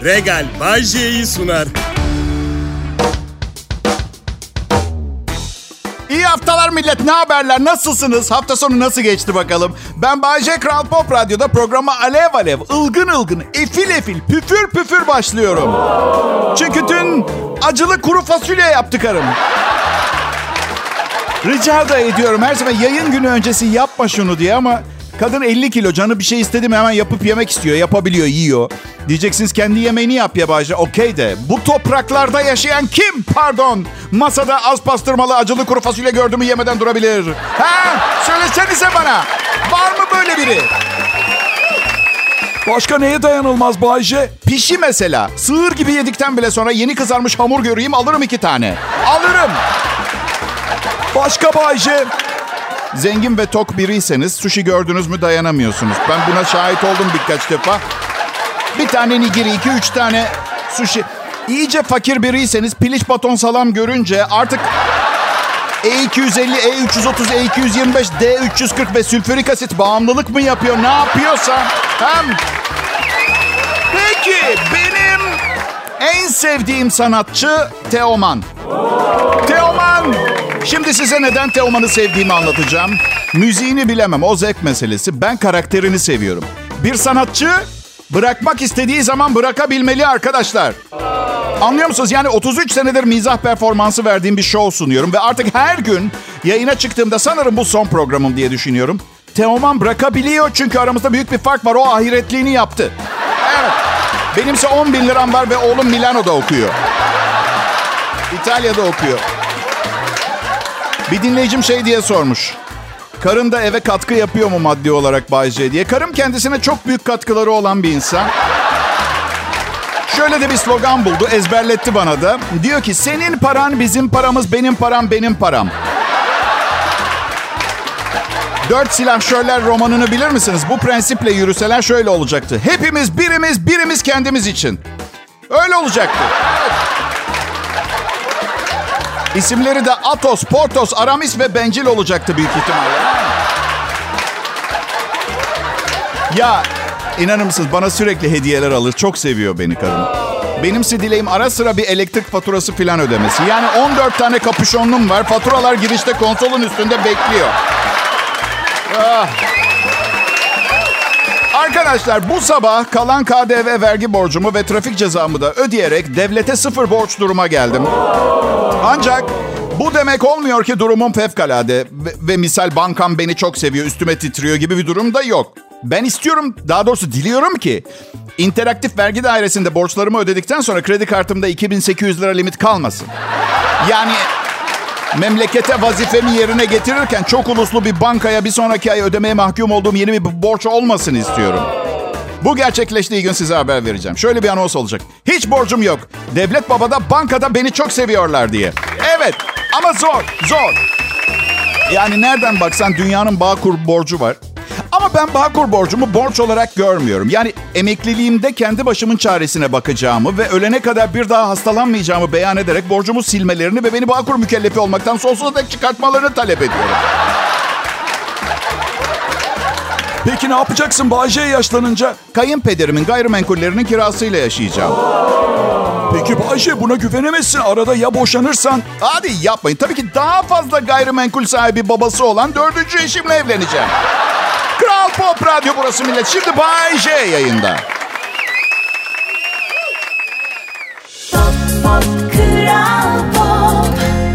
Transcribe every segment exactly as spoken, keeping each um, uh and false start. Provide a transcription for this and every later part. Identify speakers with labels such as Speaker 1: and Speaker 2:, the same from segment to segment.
Speaker 1: Regal Bajje'yi sunar.
Speaker 2: İyi haftalar millet, ne haberler, nasılsınız? Hafta sonu nasıl geçti bakalım? Ben Bayce, Kral Pop Radyo'da programa alev alev, ılgın ılgın, efil efil, püfür püfür başlıyorum. Çünkü dün acılı kuru fasulye yaptı karım. Rica da ediyorum her zaman yayın günü öncesi yapma şunu diye ama kadın elli kilo, canı bir şey istedi mi hemen yapıp yemek istiyor. Yapabiliyor, yiyor. Diyeceksiniz kendi yemeğini yap ya Bayce. Okey de bu topraklarda yaşayan kim? Pardon. Masada az pastırmalı acılı kuru fasulye gördü mü yemeden durabilir. Ha? Söylesenize bana. Var mı böyle biri?
Speaker 3: Başka neye dayanılmaz Bayce?
Speaker 2: Pişi mesela. Sığır gibi yedikten bile sonra yeni kızarmış hamur göreyim, alırım iki tane. Alırım.
Speaker 3: Başka Bayce?
Speaker 2: Zengin ve tok biriyseniz sushi gördünüz mü dayanamıyorsunuz. Ben buna şahit oldum birkaç defa. Bir tane nigiri, iki üç tane sushi. İyice fakir biriyseniz piliç baton salam görünce artık E iki yüz elli, E üç yüz otuz, E iki yüz yirmi beş, D üç yüz kırk ve sülfürik asit bağımlılık mı yapıyor? Ne yapıyorsa. Hem... Peki benim en sevdiğim sanatçı Teoman. Teoman. Şimdi size neden Teoman'ı sevdiğimi anlatacağım. Müziğini bilemem, o zevk meselesi. Ben karakterini seviyorum. Bir sanatçı bırakmak istediği zaman bırakabilmeli arkadaşlar. Anlıyor musunuz? Yani otuz üç senedir mizah performansı verdiğim bir show sunuyorum. Ve artık her gün yayına çıktığımda sanırım bu son programım diye düşünüyorum. Teoman bırakabiliyor çünkü aramızda büyük bir fark var. O ahiretliğini yaptı. Evet. Benimse on bin liram var ve oğlum Milano'da okuyor. İtalya'da okuyor. Bir dinleyicim şey diye sormuş. Karın da eve katkı yapıyor mu maddi olarak Bayce diye. Karım kendisine çok büyük katkıları olan bir insan. Şöyle de bir slogan buldu, ezberletti bana da. Diyor ki senin paran bizim paramız, benim param benim param. Dört Silahşörler romanını bilir misiniz? Bu prensiple yürüseler şöyle olacaktı. Hepimiz birimiz, birimiz kendimiz için. Öyle olacaktı. Evet. İsimleri de Athos, Porthos, Aramis ve Bencil olacaktı büyük ihtimalle. Ya inanır mısınız bana sürekli hediyeler alır. Çok seviyor beni karım. Benimse dileğim ara sıra bir elektrik faturası falan ödemesi. Yani on dört tane kapüşonlum var. Faturalar girişte konsolun üstünde bekliyor. Ah. Arkadaşlar bu sabah kalan K D V vergi borcumu ve trafik cezamı da ödeyerek devlete sıfır borç duruma geldim. Ancak bu demek olmuyor ki durumum fevkalade ve, ve misal bankam beni çok seviyor, üstüme titriyor gibi bir durum da yok. Ben istiyorum, daha doğrusu diliyorum ki interaktif vergi dairesinde borçlarımı ödedikten sonra kredi kartımda iki bin sekiz yüz lira limit kalmasın. Yani memlekete vazifemi yerine getirirken çok uluslu bir bankaya bir sonraki ay ödemeye mahkum olduğum yeni bir borç olmasın istiyorum. Bu gerçekleştiği gün size haber vereceğim. Şöyle bir anons olacak. Hiç borcum yok. Devlet babada, bankada beni çok seviyorlar diye. Evet ama zor, zor. Yani nereden baksan dünyanın Bağkur borcu var. Ama ben Bağkur borcumu borç olarak görmüyorum. Yani emekliliğimde kendi başımın çaresine bakacağımı ve ölene kadar bir daha hastalanmayacağımı beyan ederek borcumu silmelerini ve beni Bağkur mükellefi olmaktan sonsuza dek çıkartmalarını talep ediyorum.
Speaker 3: Peki ne yapacaksın Bayce yaşlanınca?
Speaker 2: Kayınpederimin gayrimenkullerinin kirasıyla yaşayacağım.
Speaker 3: Peki Bayce buna güvenemezsin. Arada ya boşanırsan?
Speaker 2: Hadi yapmayın. Tabii ki daha fazla gayrimenkul sahibi babası olan dördüncü eşimle evleneceğim. Kral Pop Radyo burası millet. Şimdi Bay J yayında.
Speaker 4: Pop, pop, Kral Pop.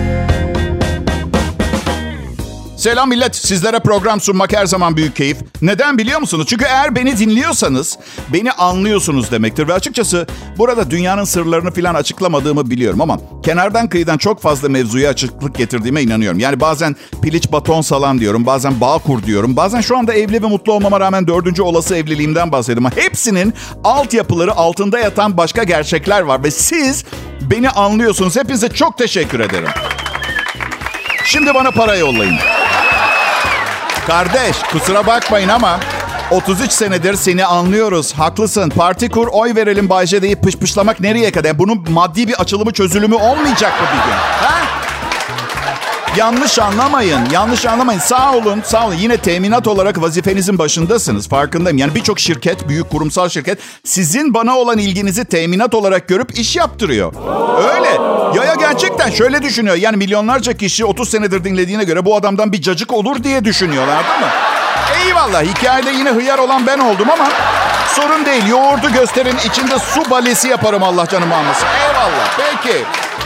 Speaker 2: Selam millet. Sizlere program sunmak her zaman büyük keyif. Neden biliyor musunuz? Çünkü eğer beni dinliyorsanız beni anlıyorsunuz demektir. Ve açıkçası burada dünyanın sırlarını falan açıklamadığımı biliyorum ama kenardan kıyıdan çok fazla mevzuya açıklık getirdiğime inanıyorum. Yani bazen piliç baton salam diyorum, bazen Bağkur diyorum. Bazen şu anda evli ve mutlu olmama rağmen dördüncü olası evliliğimden bahsediyorum. Ama hepsinin altyapıları altında yatan başka gerçekler var. Ve siz beni anlıyorsunuz. Hepinize çok teşekkür ederim. Şimdi bana para yollayın. Kardeş kusura bakmayın ama otuz üç senedir seni anlıyoruz. Haklısın. Parti kur, oy verelim Bayce deyip pışpışlamak nereye kadar? Bunun maddi bir açılımı çözülümü olmayacak mı bir gün? Ha? Yanlış anlamayın. Yanlış anlamayın. Sağ olun. Sağ olun. Yine teminat olarak vazifenizin başındasınız. Farkındayım. Yani birçok şirket, büyük kurumsal şirket sizin bana olan ilginizi teminat olarak görüp iş yaptırıyor. Öyle. Ya ya gerçekten şöyle düşünüyor. Yani milyonlarca kişi otuz senedir dinlediğine göre bu adamdan bir cacık olur diye düşünüyorlar, değil mi? Eyvallah. Hikayede yine hıyar olan ben oldum ama sorun değil. Yoğurdu gösterin, içinde su balesi yaparım, Allah canımı almasın. Eyvallah. Peki.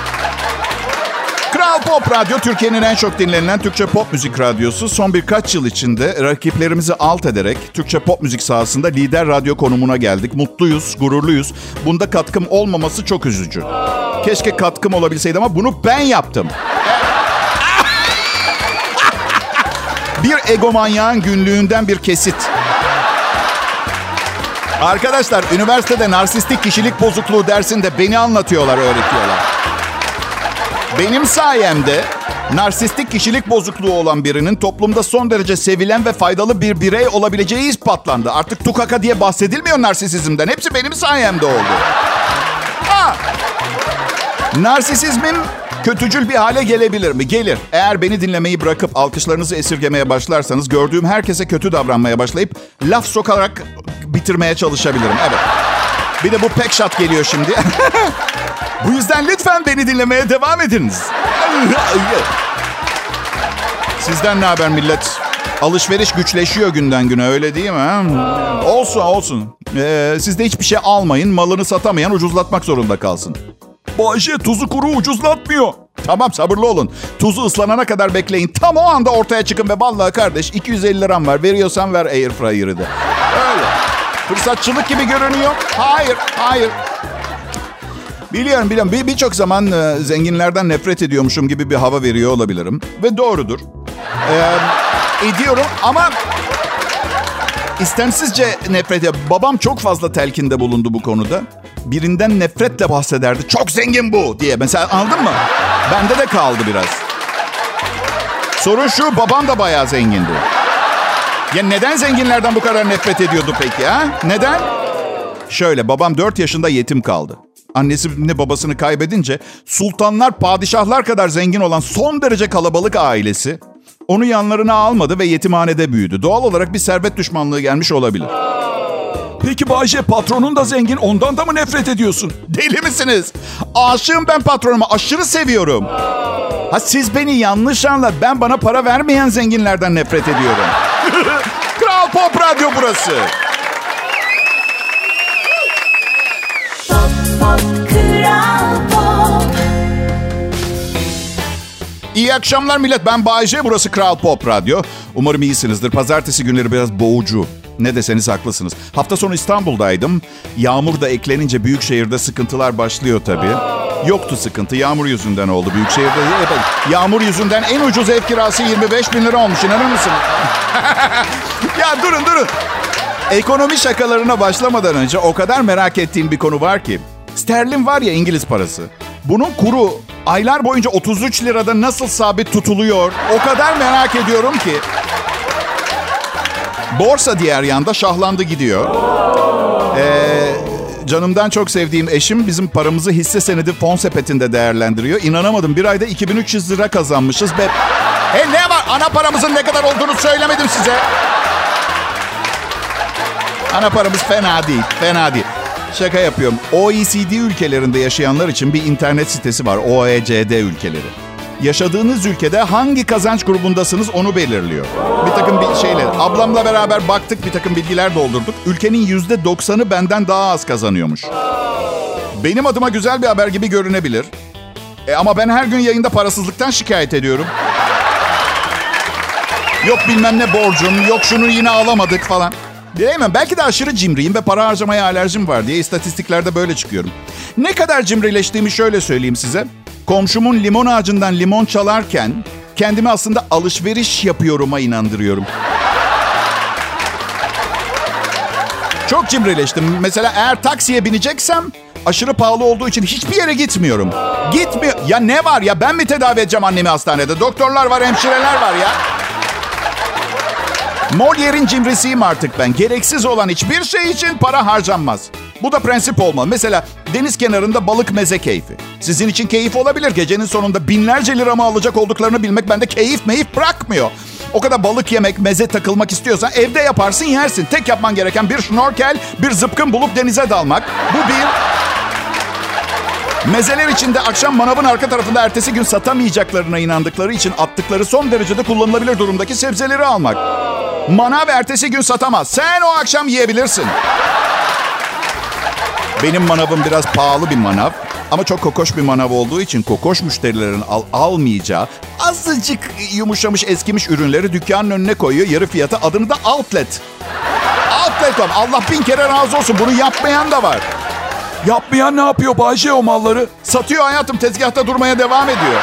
Speaker 2: Kral Pop Radyo, Türkiye'nin en çok dinlenilen Türkçe pop müzik radyosu. Son birkaç yıl içinde rakiplerimizi alt ederek Türkçe pop müzik sahasında lider radyo konumuna geldik. Mutluyuz, gururluyuz. Bunda katkım olmaması çok üzücü. Keşke katkım olabilseydi ama bunu ben yaptım. Bir egomanyağın günlüğünden bir kesit. Arkadaşlar, üniversitede narsistik kişilik bozukluğu dersinde beni anlatıyorlar, öğretiyorlar. Benim sayemde narsistik kişilik bozukluğu olan birinin toplumda son derece sevilen ve faydalı bir birey olabileceği ispatlandı. Artık tukaka diye bahsedilmiyor narsisizmden. Hepsi benim sayemde oldu. Ha! Narsisizmim kötücül bir hale gelebilir mi? Gelir. Eğer beni dinlemeyi bırakıp alkışlarınızı esirgemeye başlarsanız gördüğüm herkese kötü davranmaya başlayıp laf sokarak bitirmeye çalışabilirim. Evet. Bir de bu pek shot geliyor şimdi. Bu yüzden lütfen beni dinlemeye devam ediniz. Sizden ne haber millet? Alışveriş güçleşiyor günden güne, öyle değil mi? Olsun olsun. Ee, siz de hiçbir şey almayın. Malını satamayan ucuzlatmak zorunda kalsın.
Speaker 3: Bayşe tuzu kuru ucuzlatmıyor.
Speaker 2: Tamam, sabırlı olun. Tuzu ıslanana kadar bekleyin. Tam o anda ortaya çıkın ve vallahi kardeş iki yüz elli liram var. Veriyorsan ver airfryer'ı da. Öyle. Fırsatçılık gibi görünüyor. Hayır, hayır. Biliyorum, biliyorum. Bir, birçok zaman e, zenginlerden nefret ediyormuşum gibi bir hava veriyor olabilirim. Ve doğrudur. Ee, ediyorum ama istemsizce nefret ediyorum. Babam çok fazla telkinde bulundu bu konuda. Birinden nefretle bahsederdi. Çok zengin bu diye. Mesela, anladın mı? Bende de kaldı biraz. Sorun şu, babam da bayağı zengindi. Ya neden zenginlerden bu kadar nefret ediyordu peki ha? Neden? Şöyle, babam dört yaşında yetim kaldı. Annesini babasını kaybedince sultanlar, padişahlar kadar zengin olan son derece kalabalık ailesi onu yanlarına almadı ve yetimhanede büyüdü. Doğal olarak bir servet düşmanlığı gelmiş olabilir.
Speaker 3: Peki Bayşe, patronun da zengin, ondan da mı nefret ediyorsun?
Speaker 2: Deli misiniz? Aşığım ben patronuma, aşırı seviyorum. Ha, siz beni yanlış anladınız. Ben bana para vermeyen zenginlerden nefret ediyorum. Kral Pop Radyo burası.
Speaker 4: Pop, pop, Kral Pop.
Speaker 2: İyi akşamlar millet, ben Bayce, burası Kral Pop Radyo. Umarım iyisinizdir. Pazartesi günleri biraz boğucu. Ne deseniz haklısınız. Hafta sonu İstanbul'daydım. Yağmur da eklenince büyük şehirde sıkıntılar başlıyor tabii. Yoktu sıkıntı, yağmur yüzünden oldu büyük şehirde. Yağmur yüzünden en ucuz ev kirası yirmi beş bin lira olmuş, inanır mısın? Ya durun durun. Ekonomi şakalarına başlamadan önce o kadar merak ettiğim bir konu var ki. Sterlin var ya, İngiliz parası. Bunun kuru aylar boyunca otuz üç lirada nasıl sabit tutuluyor? O kadar merak ediyorum ki. Borsa diğer yanda şahlandı gidiyor. Ee, canımdan çok sevdiğim eşim bizim paramızı hisse senedi fon sepetinde değerlendiriyor. İnanamadım, bir ayda iki bin üç yüz lira kazanmışız. Be hey, ne var? Ana paramızın ne kadar olduğunu söylemedim size. Ana paramız fena değil, fena değil. Şaka yapıyorum. O E C D ülkelerinde yaşayanlar için bir internet sitesi var. O E C D ülkeleri. Yaşadığınız ülkede hangi kazanç grubundasınız onu belirliyor. Bir takım bir şeyler. Ablamla beraber baktık, bir takım bilgiler doldurduk. Ülkenin yüzde doksanı benden daha az kazanıyormuş. Benim adıma güzel bir haber gibi görünebilir. E ama ben her gün yayında parasızlıktan şikayet ediyorum. Yok bilmem ne borcum, yok şunu yine alamadık falan. Diyemem. Belki de aşırı cimriyim ve para harcamaya alerjim var diye istatistiklerde böyle çıkıyorum. Ne kadar cimrileştiğimi şöyle söyleyeyim size. Komşumun limon ağacından limon çalarken kendimi aslında alışveriş yapıyorum'a inandırıyorum. Çok cimrileştim. Mesela eğer taksiye bineceksem aşırı pahalı olduğu için hiçbir yere gitmiyorum. Gitmiyor. Ya ne var ya, ben mi tedavi edeceğim annemi hastanede? Doktorlar var, hemşireler var ya. Molière'in cimrisiyim artık ben. Gereksiz olan hiçbir şey için para harcanmaz. Bu da prensip olmalı. Mesela deniz kenarında balık meze keyfi. Sizin için keyif olabilir. Gecenin sonunda binlerce liramı alacak olduklarını bilmek bende keyif meyif bırakmıyor. O kadar balık yemek, meze takılmak istiyorsan evde yaparsın, yersin. Tek yapman gereken bir şnorkel, bir zıpkın bulup denize dalmak. Bu bir. Mezeler içinde akşam manavın arka tarafında ertesi gün satamayacaklarına inandıkları için attıkları son derecede kullanılabilir durumdaki sebzeleri almak. Manav ertesi gün satamaz. Sen o akşam yiyebilirsin. Benim manavım biraz pahalı bir manav. Ama çok kokoş bir manav olduğu için kokoş müşterilerin al almayacağı azıcık yumuşamış eskimiş ürünleri dükkanın önüne koyuyor. Yarı fiyata, adını da outlet. Outlet var. Allah bin kere razı olsun. Bunu yapmayan da var.
Speaker 3: Yapmayan ne yapıyor Bayce o malları?
Speaker 2: Satıyor hayatım. Tezgahta durmaya devam ediyor.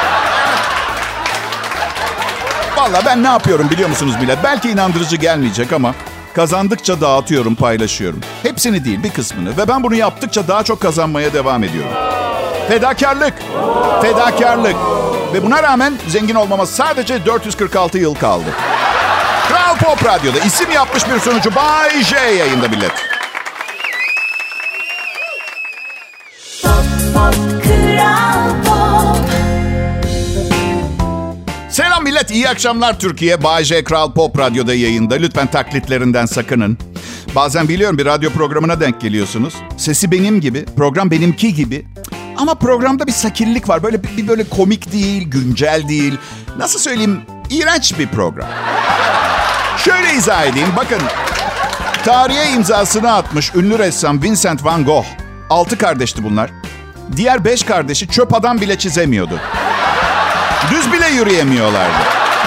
Speaker 2: Vallahi ben ne yapıyorum biliyor musunuz millet? Belki inandırıcı gelmeyecek ama kazandıkça dağıtıyorum, paylaşıyorum. Hepsini değil, bir kısmını. Ve ben bunu yaptıkça daha çok kazanmaya devam ediyorum. Fedakarlık. Fedakarlık. Ve buna rağmen zengin olmama sadece dört yüz kırk altı yıl kaldı. Kral Pop Radyo'da isim yapmış bir sunucu Bay J yayında millet.
Speaker 4: Pop, pop, Kral Pop.
Speaker 2: Selam millet, iyi akşamlar Türkiye. Bay J Kral Pop Radyo'da yayında. Lütfen taklitlerinden sakının. Bazen biliyorum bir radyo programına denk geliyorsunuz. Sesi benim gibi, program benimki gibi. Ama programda bir sakillik var. Böyle bir böyle komik değil, güncel değil. Nasıl söyleyeyim? İğrenç bir program. Şöyle izah edeyim. Bakın. Tarihe imzasını atmış ünlü ressam Vincent van Gogh. Altı kardeşti bunlar. Diğer beş kardeşi çöp adam bile çizemiyordu. Düz bile yürüyemiyorlardı.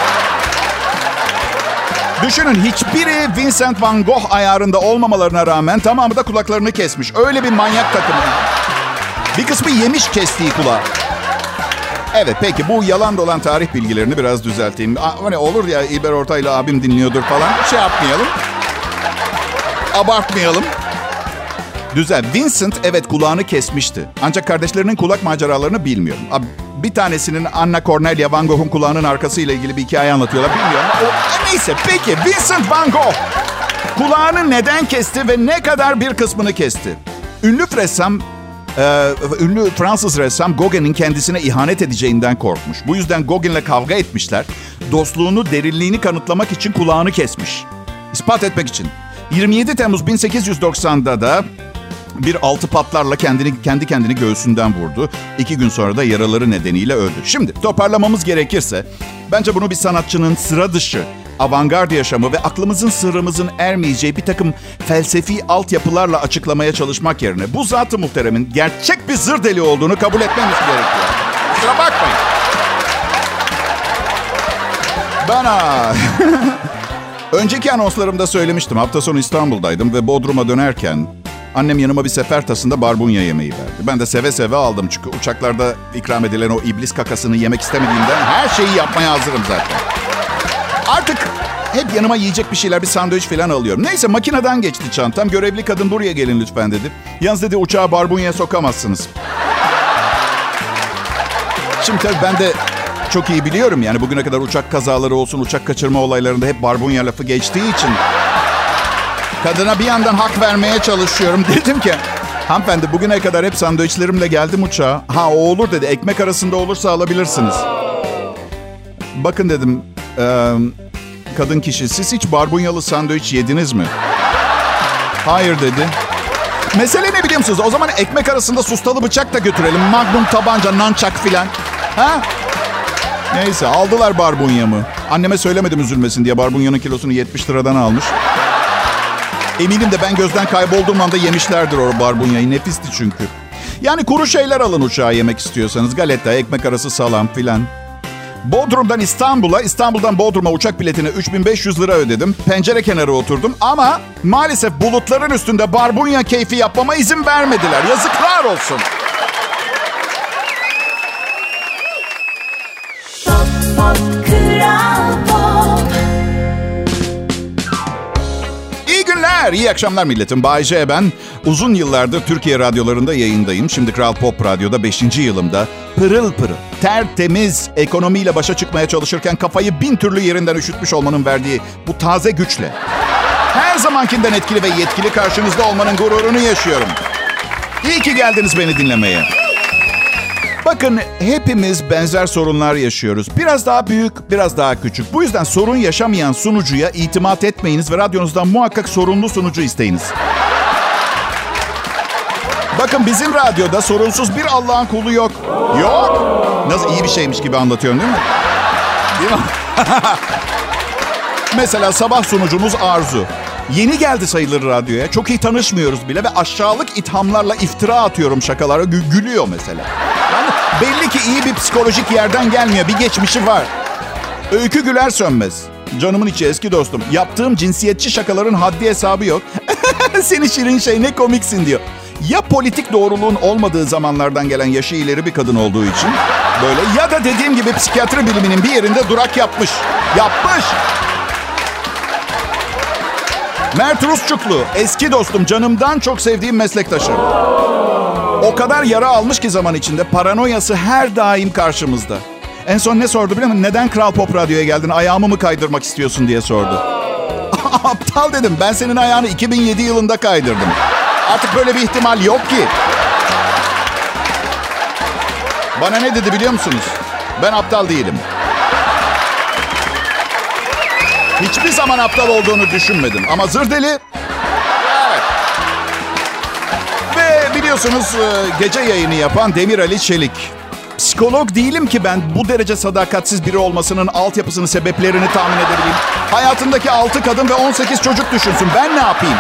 Speaker 2: Düşünün, hiçbiri Vincent van Gogh ayarında olmamalarına rağmen tamamı da kulaklarını kesmiş. Öyle bir manyak takımı. Bir kısmı yemiş kestiği kulağı. Evet, peki bu yalan dolan tarih bilgilerini biraz düzelteyim. Hani olur ya, İlber Ortaylı abim dinliyordur falan. Şey yapmayalım. Abartmayalım. Düzel. Vincent evet kulağını kesmişti. Ancak kardeşlerinin kulak maceralarını bilmiyorum. Abi, bir tanesinin Anna Cornelia Van Gogh'un kulağının arkasıyla ilgili bir hikaye anlatıyorlar. Bilmiyorum. O, neyse peki Vincent Van Gogh kulağını neden kesti ve ne kadar bir kısmını kesti? Ünlü ressam, e, ünlü Fransız ressam Gauguin'in kendisine ihanet edeceğinden korkmuş. Bu yüzden Gauguin'le kavga etmişler. Dostluğunu, derinliğini kanıtlamak için kulağını kesmiş. İspat etmek için. yirmi yedi Temmuz bin sekiz yüz doksan'da da bir altı patlarla kendini kendi kendini göğsünden vurdu. İki gün sonra da yaraları nedeniyle öldü. Şimdi toparlamamız gerekirse bence bunu bir sanatçının sıra dışı, avantgard yaşamı ve aklımızın sırrımızın ermeyeceği bir takım felsefi altyapılarla açıklamaya çalışmak yerine bu zat-ı muhteremin gerçek bir zır deli olduğunu kabul etmemiz gerekiyor. Kusura bakmayın. Bana... Önceki anonslarımda söylemiştim. Hafta sonu İstanbul'daydım ve Bodrum'a dönerken annem yanıma bir sefer tasında barbunya yemeği verdi. Ben de seve seve aldım çünkü uçaklarda ikram edilen o iblis kakasını yemek istemediğimden her şeyi yapmaya hazırım zaten. Artık hep yanıma yiyecek bir şeyler, bir sandviç falan alıyorum. Neyse makineden geçti çantam. Görevli kadın buraya gelin lütfen dedi. Yalnız dedi uçağa barbunya sokamazsınız. Şimdi tabii ben de çok iyi biliyorum yani bugüne kadar uçak kazaları olsun, uçak kaçırma olaylarında hep barbunya lafı geçtiği için kadına bir yandan hak vermeye çalışıyorum. Dedim ki hanımefendi bugüne kadar hep sandviçlerimle geldim uçağa. Ha o olur dedi, ekmek arasında olursa alabilirsiniz. Bakın dedim e, kadın kişi, siz hiç barbunyalı sandviç yediniz mi? Hayır dedi. Mesele ne biliyor musunuz? O zaman ekmek arasında sustalı bıçak da götürelim. Magnum tabanca, nunchuck filan. Ha? Neyse aldılar barbunyamı. Anneme söylemedim üzülmesin diye, barbunyanın kilosunu yetmiş liradan almış. Eminim de ben gözden kaybolduğum anda yemişlerdir o barbunyayı. Nefisti çünkü. Yani kuru şeyler alın uçağa yemek istiyorsanız. Galeta, ekmek arası salam filan. Bodrum'dan İstanbul'a, İstanbul'dan Bodrum'a uçak biletine üç bin beş yüz lira ödedim. Pencere kenarı oturdum ama maalesef bulutların üstünde barbunya keyfi yapmama izin vermediler. Yazıklar olsun.
Speaker 4: Pop, pop, Kral Pop.
Speaker 2: İyi günler, iyi akşamlar milletim. Bay J ben. Uzun yıllardır Türkiye radyolarında yayındayım. Şimdi Kral Pop Radyo'da beşinci yılımda pırıl pırıl, tertemiz, ekonomiyle başa çıkmaya çalışırken kafayı bin türlü yerinden üşütmüş olmanın verdiği bu taze güçle her zamankinden etkili ve yetkili karşınızda olmanın gururunu yaşıyorum. İyi ki geldiniz beni dinlemeye. Bakın hepimiz benzer sorunlar yaşıyoruz. Biraz daha büyük, biraz daha küçük. Bu yüzden sorun yaşamayan sunucuya itimat etmeyiniz ve radyonuzdan muhakkak sorunlu sunucu isteyiniz. Bakın bizim radyoda sorunsuz bir Allah'ın kulu yok. Yok. Nasıl iyi bir şeymiş gibi anlatıyorum değil mi? Değil mi? Mesela sabah sunucumuz Arzu. Yeni geldi sayılır radyoya. Çok iyi tanışmıyoruz bile ve aşağılık ithamlarla iftira atıyorum şakalara. Gü- gülüyor mesela. Yani belli ki iyi bir psikolojik yerden gelmiyor. Bir geçmişi var. Öykü Güler Sönmez. Canımın içi eski dostum. Yaptığım cinsiyetçi şakaların haddi hesabı yok. Seni şirin şey ne komiksin diyor. Ya politik doğruluğun olmadığı zamanlardan gelen yaşı ileri bir kadın olduğu için böyle ya da dediğim gibi psikiyatri biliminin bir yerinde durak yapmış. Yapmış. Mert Rusçuklu, eski dostum, canımdan çok sevdiğim meslektaşım. O kadar yara almış ki zaman içinde paranoyası her daim karşımızda. En son ne sordu biliyor musun? Neden Kral Pop Radyo'ya geldin? Ayağımı mı kaydırmak istiyorsun diye sordu. Aptal dedim. Ben senin ayağını iki bin yedi yılında kaydırdım. Artık böyle bir ihtimal yok ki. Bana ne dedi biliyor musunuz? Ben aptal değilim. Hiçbir zaman aptal olduğunu düşünmedim. Ama zır deli. Evet. Ve biliyorsunuz gece yayını yapan Demir Ali Çelik. Psikolog değilim ki ben bu derece sadakatsiz biri olmasının altyapısını, sebeplerini tahmin edebileyim. Hayatındaki altı kadın ve on sekiz çocuk düşünsün. Ben ne yapayım?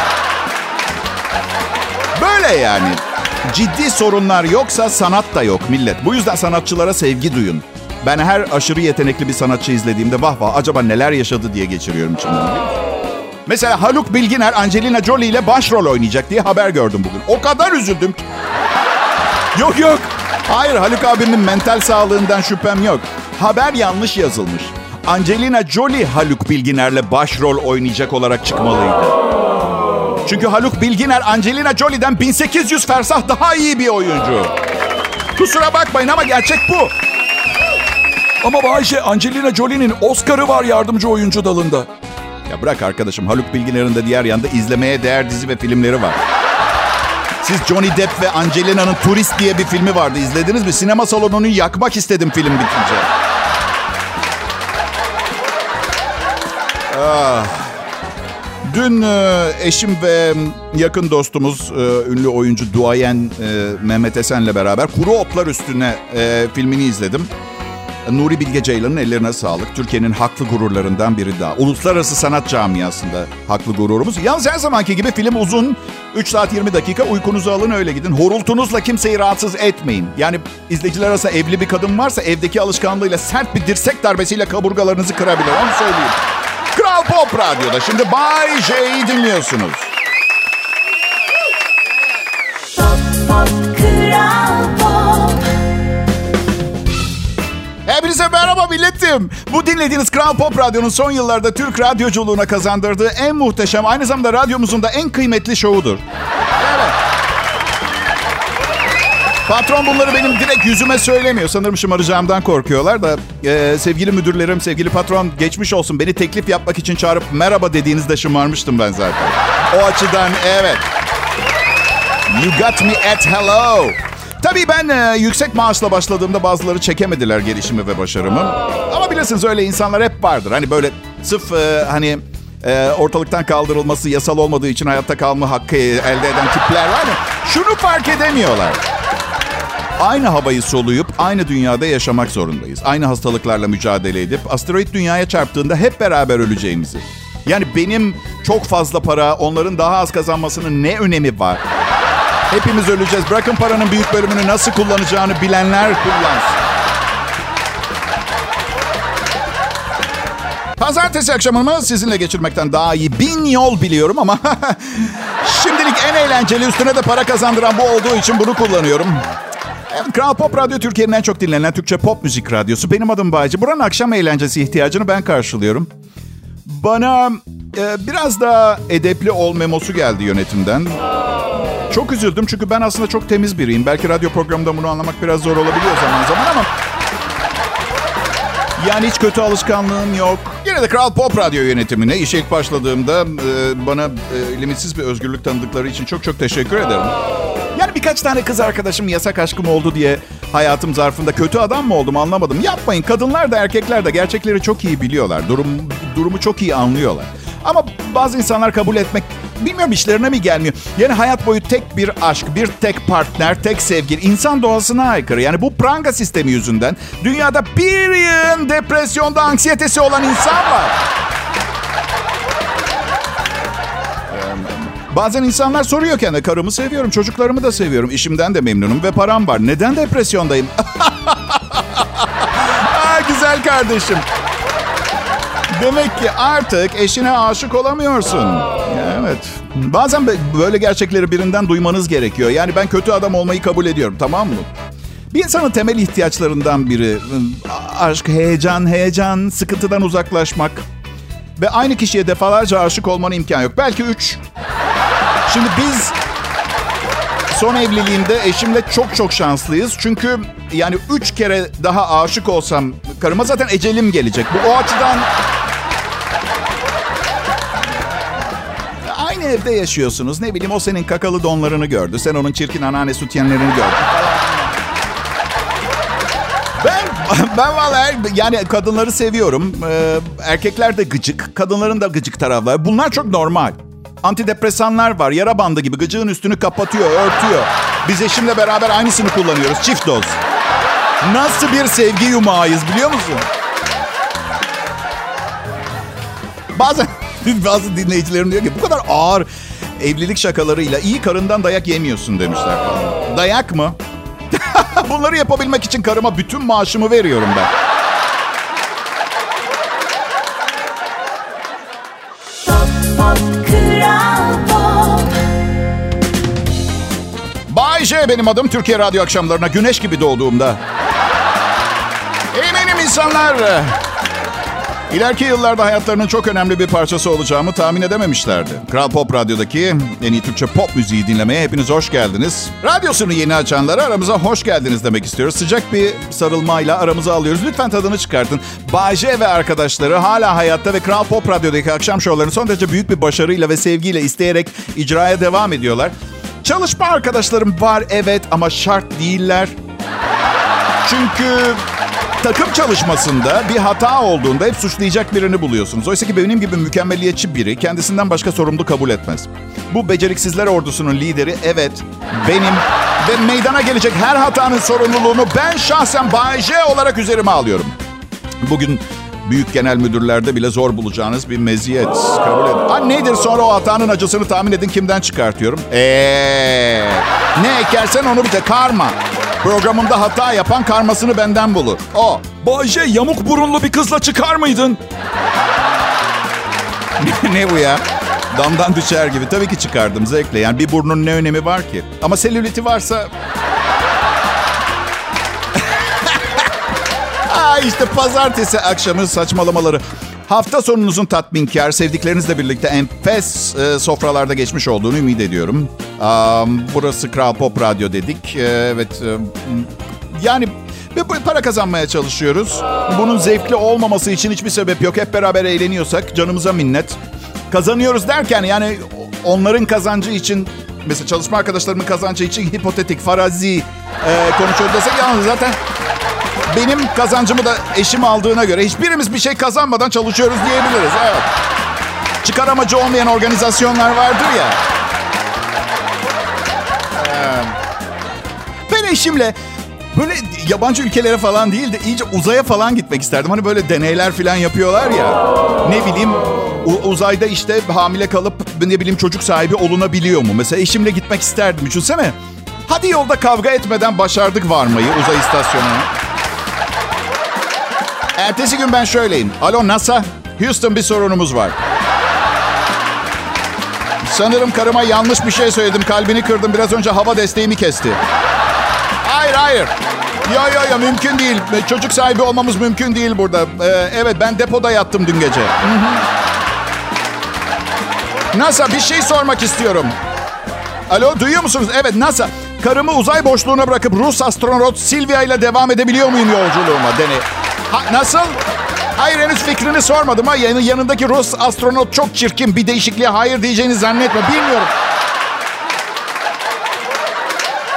Speaker 2: Böyle yani. Ciddi sorunlar yoksa sanat da yok millet. Bu yüzden sanatçılara sevgi duyun. Ben her aşırı yetenekli bir sanatçı izlediğimde vah vah acaba neler yaşadı diye geçiriyorum içimden. Mesela Haluk Bilginer Angelina Jolie ile başrol oynayacak diye haber gördüm bugün. O kadar üzüldüm ki. Yok yok. Hayır, Haluk abimin mental sağlığından şüphem yok. Haber yanlış yazılmış. Angelina Jolie Haluk Bilginer'le başrol oynayacak olarak çıkmalıydı. Çünkü Haluk Bilginer Angelina Jolie'den bin sekiz yüz fersah daha iyi bir oyuncu. Kusura bakmayın ama gerçek bu.
Speaker 3: Ama Bayşe, Angelina Jolie'nin Oscar'ı var yardımcı oyuncu dalında.
Speaker 2: Ya bırak arkadaşım, Haluk Bilginer'in de diğer yanda izlemeye değer dizi ve filmleri var. Siz Johnny Depp ve Angelina'nın Turist diye bir filmi vardı. İzlediniz mi? Sinema salonunu yakmak istedim film bitince. Ah. Dün eşim ve yakın dostumuz, ünlü oyuncu duayen Mehmet Esen'le beraber Kuru Otlar Üstüne filmini izledim. Nuri Bilge Ceylan'ın ellerine sağlık. Türkiye'nin haklı gururlarından biri daha. Uluslararası sanat camiasında haklı gururumuz. Yalnız her zamanki gibi film uzun. üç saat yirmi dakika. Uykunuzu alın öyle gidin. Horultunuzla kimseyi rahatsız etmeyin. Yani izleyiciler arasında evli bir kadın varsa evdeki alışkanlığıyla sert bir dirsek darbesiyle kaburgalarınızı kırabilir. Onu söyleyeyim. Kral Pop Radyo'da şimdi Bay J'yi dinliyorsunuz.
Speaker 4: Pop, pop, Kral Pop.
Speaker 2: Hepinize merhaba milletim. Bu dinlediğiniz Kral Pop Radyo'nun son yıllarda Türk radyoculuğuna kazandırdığı en muhteşem, aynı zamanda radyomuzun da en kıymetli şovudur. Evet. Patron bunları benim direkt yüzüme söylemiyor. Sanırım şımaracağımdan korkuyorlar da. E, sevgili müdürlerim, sevgili patron, geçmiş olsun. Beni teklif yapmak için çağırıp merhaba dediğinizde şımarmıştım ben zaten. O açıdan evet. You got me at hello. Tabii ben e, yüksek maaşla başladığımda bazıları çekemediler gelişimi ve başarımı. Ama bilirsiniz öyle insanlar hep vardır. Hani böyle sırf e, hani e, ortalıktan kaldırılması yasal olmadığı için hayatta kalma hakkı elde eden tipler var ya. Şunu fark edemiyorlar. Aynı havayı soluyup aynı dünyada yaşamak zorundayız. Aynı hastalıklarla mücadele edip asteroid dünyaya çarptığında hep beraber öleceğimizi. Yani benim çok fazla para, onların daha az kazanmasının ne önemi var? Hepimiz öleceğiz. Bırakın paranın büyük bölümünü nasıl kullanacağını bilenler kullansın. Pazartesi akşamımı sizinle geçirmekten daha iyi bin yol biliyorum ama şimdilik en eğlenceli, üstüne de para kazandıran bu olduğu için bunu kullanıyorum. Evet, Kral Pop Radyo Türkiye'nin en çok dinlenen Türkçe pop müzik radyosu. Benim adım Bayce. Buranın akşam eğlencesi ihtiyacını ben karşılıyorum. Bana e, biraz daha edepli ol memosu geldi yönetimden. Çok üzüldüm çünkü ben aslında çok temiz biriyim. Belki radyo programında bunu anlamak biraz zor olabiliyor zaman zaman ama... Yani hiç kötü alışkanlığım yok. Yine de Kral Pop Radyo yönetimine işe ilk başladığımda e, bana e, limitsiz bir özgürlük tanıdıkları için çok çok teşekkür ederim. Yani Yani birkaç tane kız arkadaşım yasak aşkım oldu diye hayatım zarfında kötü adam mı oldum anlamadım. Yapmayın. Kadınlar da erkekler de gerçekleri çok iyi biliyorlar. Durum, durumu çok iyi anlıyorlar. Ama bazı insanlar kabul etmek, bilmiyorum, işlerine mi gelmiyor? Yani hayat boyu tek bir aşk, bir tek partner, tek sevgili. İnsan doğasına aykırı. Yani bu pranga sistemi yüzünden dünyada bir yığın depresyonda, anksiyetesi olan insan var. Bazen insanlar soruyor kendine, karımı seviyorum, çocuklarımı da seviyorum, işimden de memnunum ve param var. Neden depresyondayım? Aa, güzel kardeşim. Demek ki artık eşine aşık olamıyorsun. Evet. Bazen böyle gerçekleri birinden duymanız gerekiyor. Yani ben kötü adam olmayı kabul ediyorum, tamam mı? Bir insanın temel ihtiyaçlarından biri aşk, heyecan, heyecan, sıkıntıdan uzaklaşmak. Ve aynı kişiye defalarca aşık olmanın imkanı yok. Belki üç. Şimdi biz son evliliğimde eşimle çok çok şanslıyız. Çünkü yani üç kere daha aşık olsam karıma zaten ecelim gelecek. Bu o açıdan... Aynı evde yaşıyorsunuz. Ne bileyim, o senin kakalı donlarını gördü. Sen onun çirkin anneanne sütyenlerini gördün. Ben, ben vallahi yani kadınları seviyorum. Ee, erkekler de gıcık. Kadınların da gıcık tarafları. Bunlar çok normal. Antidepresanlar var. Yara bandı gibi gıcığın üstünü kapatıyor, örtüyor. Biz eşimle beraber aynısını kullanıyoruz. Çift doz. Nasıl bir sevgi yumağıyız biliyor musun? Bazen bazı dinleyicilerim diyor ki bu kadar ağır evlilik şakalarıyla iyi karından dayak yemiyorsun demişler falan. Dayak mı? Bunları yapabilmek için karıma bütün maaşımı veriyorum ben. Bay J benim adım. Türkiye Radyo akşamlarına güneş gibi doğduğumda. Eminim insanlar ileriki yıllarda hayatlarının çok önemli bir parçası olacağımı tahmin edememişlerdi. Kral Pop Radyo'daki en iyi Türkçe pop müziği dinlemeye hepiniz hoş geldiniz. Radyosunu yeni açanlara aramıza hoş geldiniz demek istiyoruz. Sıcak bir sarılmayla aramıza alıyoruz. Lütfen tadını çıkartın. Bay J ve arkadaşları hala hayatta ve Kral Pop Radyo'daki akşam şovlarını son derece büyük bir başarıyla ve sevgiyle isteyerek icraya devam ediyorlar. Çalışma arkadaşlarım var evet ama şart değiller. Çünkü takım çalışmasında bir hata olduğunda hep suçlayacak birini buluyorsunuz. Oysa ki benim gibi mükemmeliyetçi biri kendisinden başka sorumlu kabul etmez. Bu beceriksizler ordusunun lideri evet benim ve meydana gelecek her hatanın sorumluluğunu ben şahsen Bay J olarak üzerime alıyorum. Bugün büyük genel müdürlerde bile zor bulacağınız bir meziyet. Kabul edin. Ha, nedir sonra o hatanın acısını tahmin edin kimden çıkartıyorum? Eee ne ekersen onu bir de karma. Programımda hata yapan karmasını benden bulur. O.
Speaker 3: Bay J, yamuk burunlu bir kızla çıkar mıydın?
Speaker 2: Ne bu ya? Damdan düşer gibi. Tabii ki çıkardım zevkle. Yani bir burnun ne önemi var ki? Ama selüliti varsa... Aa, işte pazartesi akşamı saçmalamaları. Hafta sonunuzun tatminkar, sevdiklerinizle birlikte enfes e, sofralarda geçmiş olduğunu ümit ediyorum. Um, burası Kral Pop Radyo dedik. E, evet, e, yani bir para kazanmaya çalışıyoruz. Bunun zevkli olmaması için hiçbir sebep yok. Hep beraber eğleniyorsak canımıza minnet. Kazanıyoruz derken yani onların kazancı için, mesela çalışma arkadaşlarımın kazancı için hipotetik, farazi e, konuşuyoruz desek yalnız zaten... Benim kazancımı da eşim aldığına göre hiçbirimiz bir şey kazanmadan çalışıyoruz diyebiliriz. Evet. Çıkar amacı olmayan organizasyonlar vardır ya. Ee, ben eşimle böyle yabancı ülkelere falan değil de iyice uzaya falan gitmek isterdim. Hani böyle deneyler falan yapıyorlar ya. Ne bileyim uzayda işte hamile kalıp ne bileyim çocuk sahibi olunabiliyor mu? Mesela eşimle gitmek isterdim. Düşünsene. Hadi yolda kavga etmeden başardık varmayı uzay istasyonuna. Ertesi gün ben şöyleyim. Alo NASA, Houston bir sorunumuz var. Sanırım karıma yanlış bir şey söyledim. Kalbini kırdım. Biraz önce hava desteğimi kesti. Hayır hayır. Ya ya ya mümkün değil. Çocuk sahibi olmamız mümkün değil burada. Ee, evet ben depoda yattım dün gece. Hı hı. NASA bir şey sormak istiyorum. Alo duyuyor musunuz? Evet NASA. Karımı uzay boşluğuna bırakıp Rus astronot Silvia ile devam edebiliyor muyum yolculuğuma? Dene. Ha, nasıl? Hayır henüz fikrini sormadım ama yanındaki Rus astronot çok çirkin. Bir değişikliğe hayır diyeceğini zannetme. Bilmiyorum.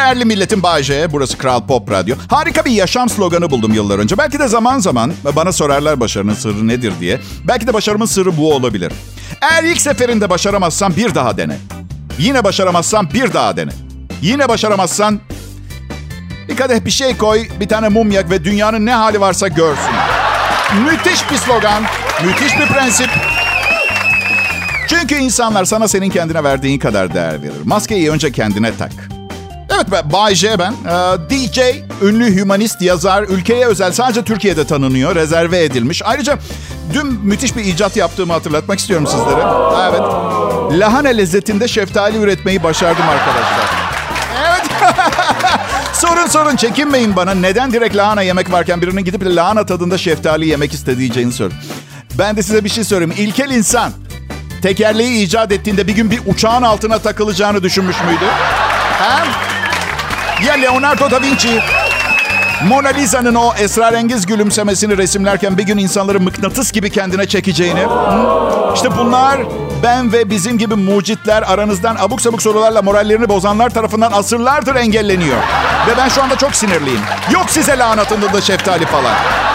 Speaker 2: Değerli milletin Bay J, burası Kral Pop Radyo. Harika bir yaşam sloganı buldum yıllar önce. Belki de zaman zaman bana sorarlar başarının sırrı nedir diye. Belki de başarımın sırrı bu olabilir. Eğer ilk seferinde başaramazsan bir daha dene. Yine başaramazsan bir daha dene. Yine başaramazsan bir kadeh bir şey koy, bir tane mum yak ve dünyanın ne hali varsa görsün. Müthiş bir slogan, müthiş bir prensip. Çünkü insanlar sana senin kendine verdiğin kadar değer verir. Maskeyi önce kendine tak. Evet, ben Bay J ben. Ee, D J, ünlü hümanist, yazar, ülkeye özel, sadece Türkiye'de tanınıyor, rezerve edilmiş. Ayrıca dün müthiş bir icat yaptığımı hatırlatmak istiyorum sizlere. Evet, lahana lezzetinde şeftali üretmeyi başardım arkadaşlar. Evet. Sorun sorun, çekinmeyin bana. Neden direkt lahana yemek varken birinin gidip de lahana tadında şeftali yemek istediğini sorun. Ben de size bir şey söyleyeyim. İlkel insan tekerleği icat ettiğinde bir gün bir uçağın altına takılacağını düşünmüş müydü? Ha? Ya Leonardo da Vinci Mona Lisa'nın o esrarengiz gülümsemesini resimlerken bir gün insanları mıknatıs gibi kendine çekeceğini. Hı? İşte bunlar ben ve bizim gibi mucitler, aranızdan abuk sabuk sorularla morallerini bozanlar tarafından asırlardır engelleniyor. Ve ben şu anda çok sinirliyim. Yok size lahanatında da şeftali falan.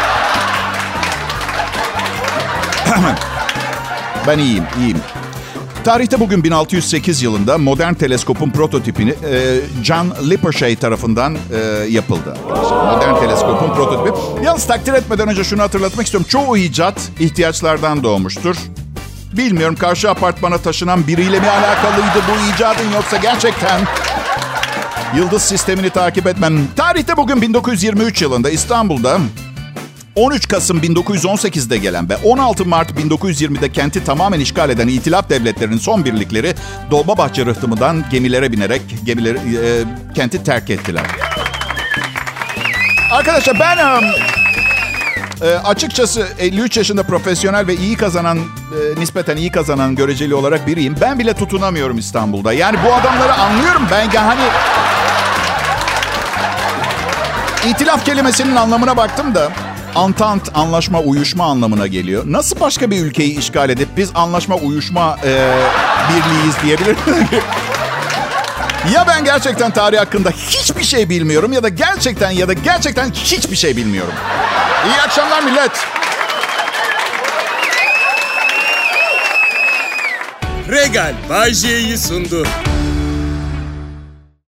Speaker 2: Ben iyiyim, iyiyim. Tarihte bugün bin altı yüz sekiz yılında modern teleskopun prototipini e, John Lippershey tarafından e, yapıldı. Modern teleskopun prototipi. Yalnız takdir etmeden önce şunu hatırlatmak istiyorum. Çoğu icat ihtiyaçlardan doğmuştur. Bilmiyorum, karşı apartmana taşınan biriyle mi alakalıydı bu icadın, yoksa gerçekten yıldız sistemini takip etmem. Tarihte bugün bin dokuz yüz yirmi üç yılında İstanbul'da on üç Kasım bin dokuz yüz on sekizde gelen ve on altı Mart bin dokuz yüz yirmide kenti tamamen işgal eden İtilaf devletlerinin son birlikleri Dolmabahçe rıhtımından gemilere binerek gemileri, e, kenti terk ettiler. Arkadaşlar ben e, açıkçası elli üç yaşında profesyonel ve iyi kazanan, e, nispeten iyi kazanan göreceli olarak biriyim. Ben bile tutunamıyorum İstanbul'da. Yani bu adamları anlıyorum ben, hani İtilaf kelimesinin anlamına baktım da Entente, anlaşma, uyuşma anlamına geliyor. Nasıl başka bir ülkeyi işgal edip biz anlaşma, uyuşma e, birliğiyiz diyebilir miyim? Ya ben gerçekten tarih hakkında hiçbir şey bilmiyorum ya da gerçekten ya da gerçekten hiçbir şey bilmiyorum. İyi akşamlar millet.
Speaker 1: Regal Bay J'yi sundu.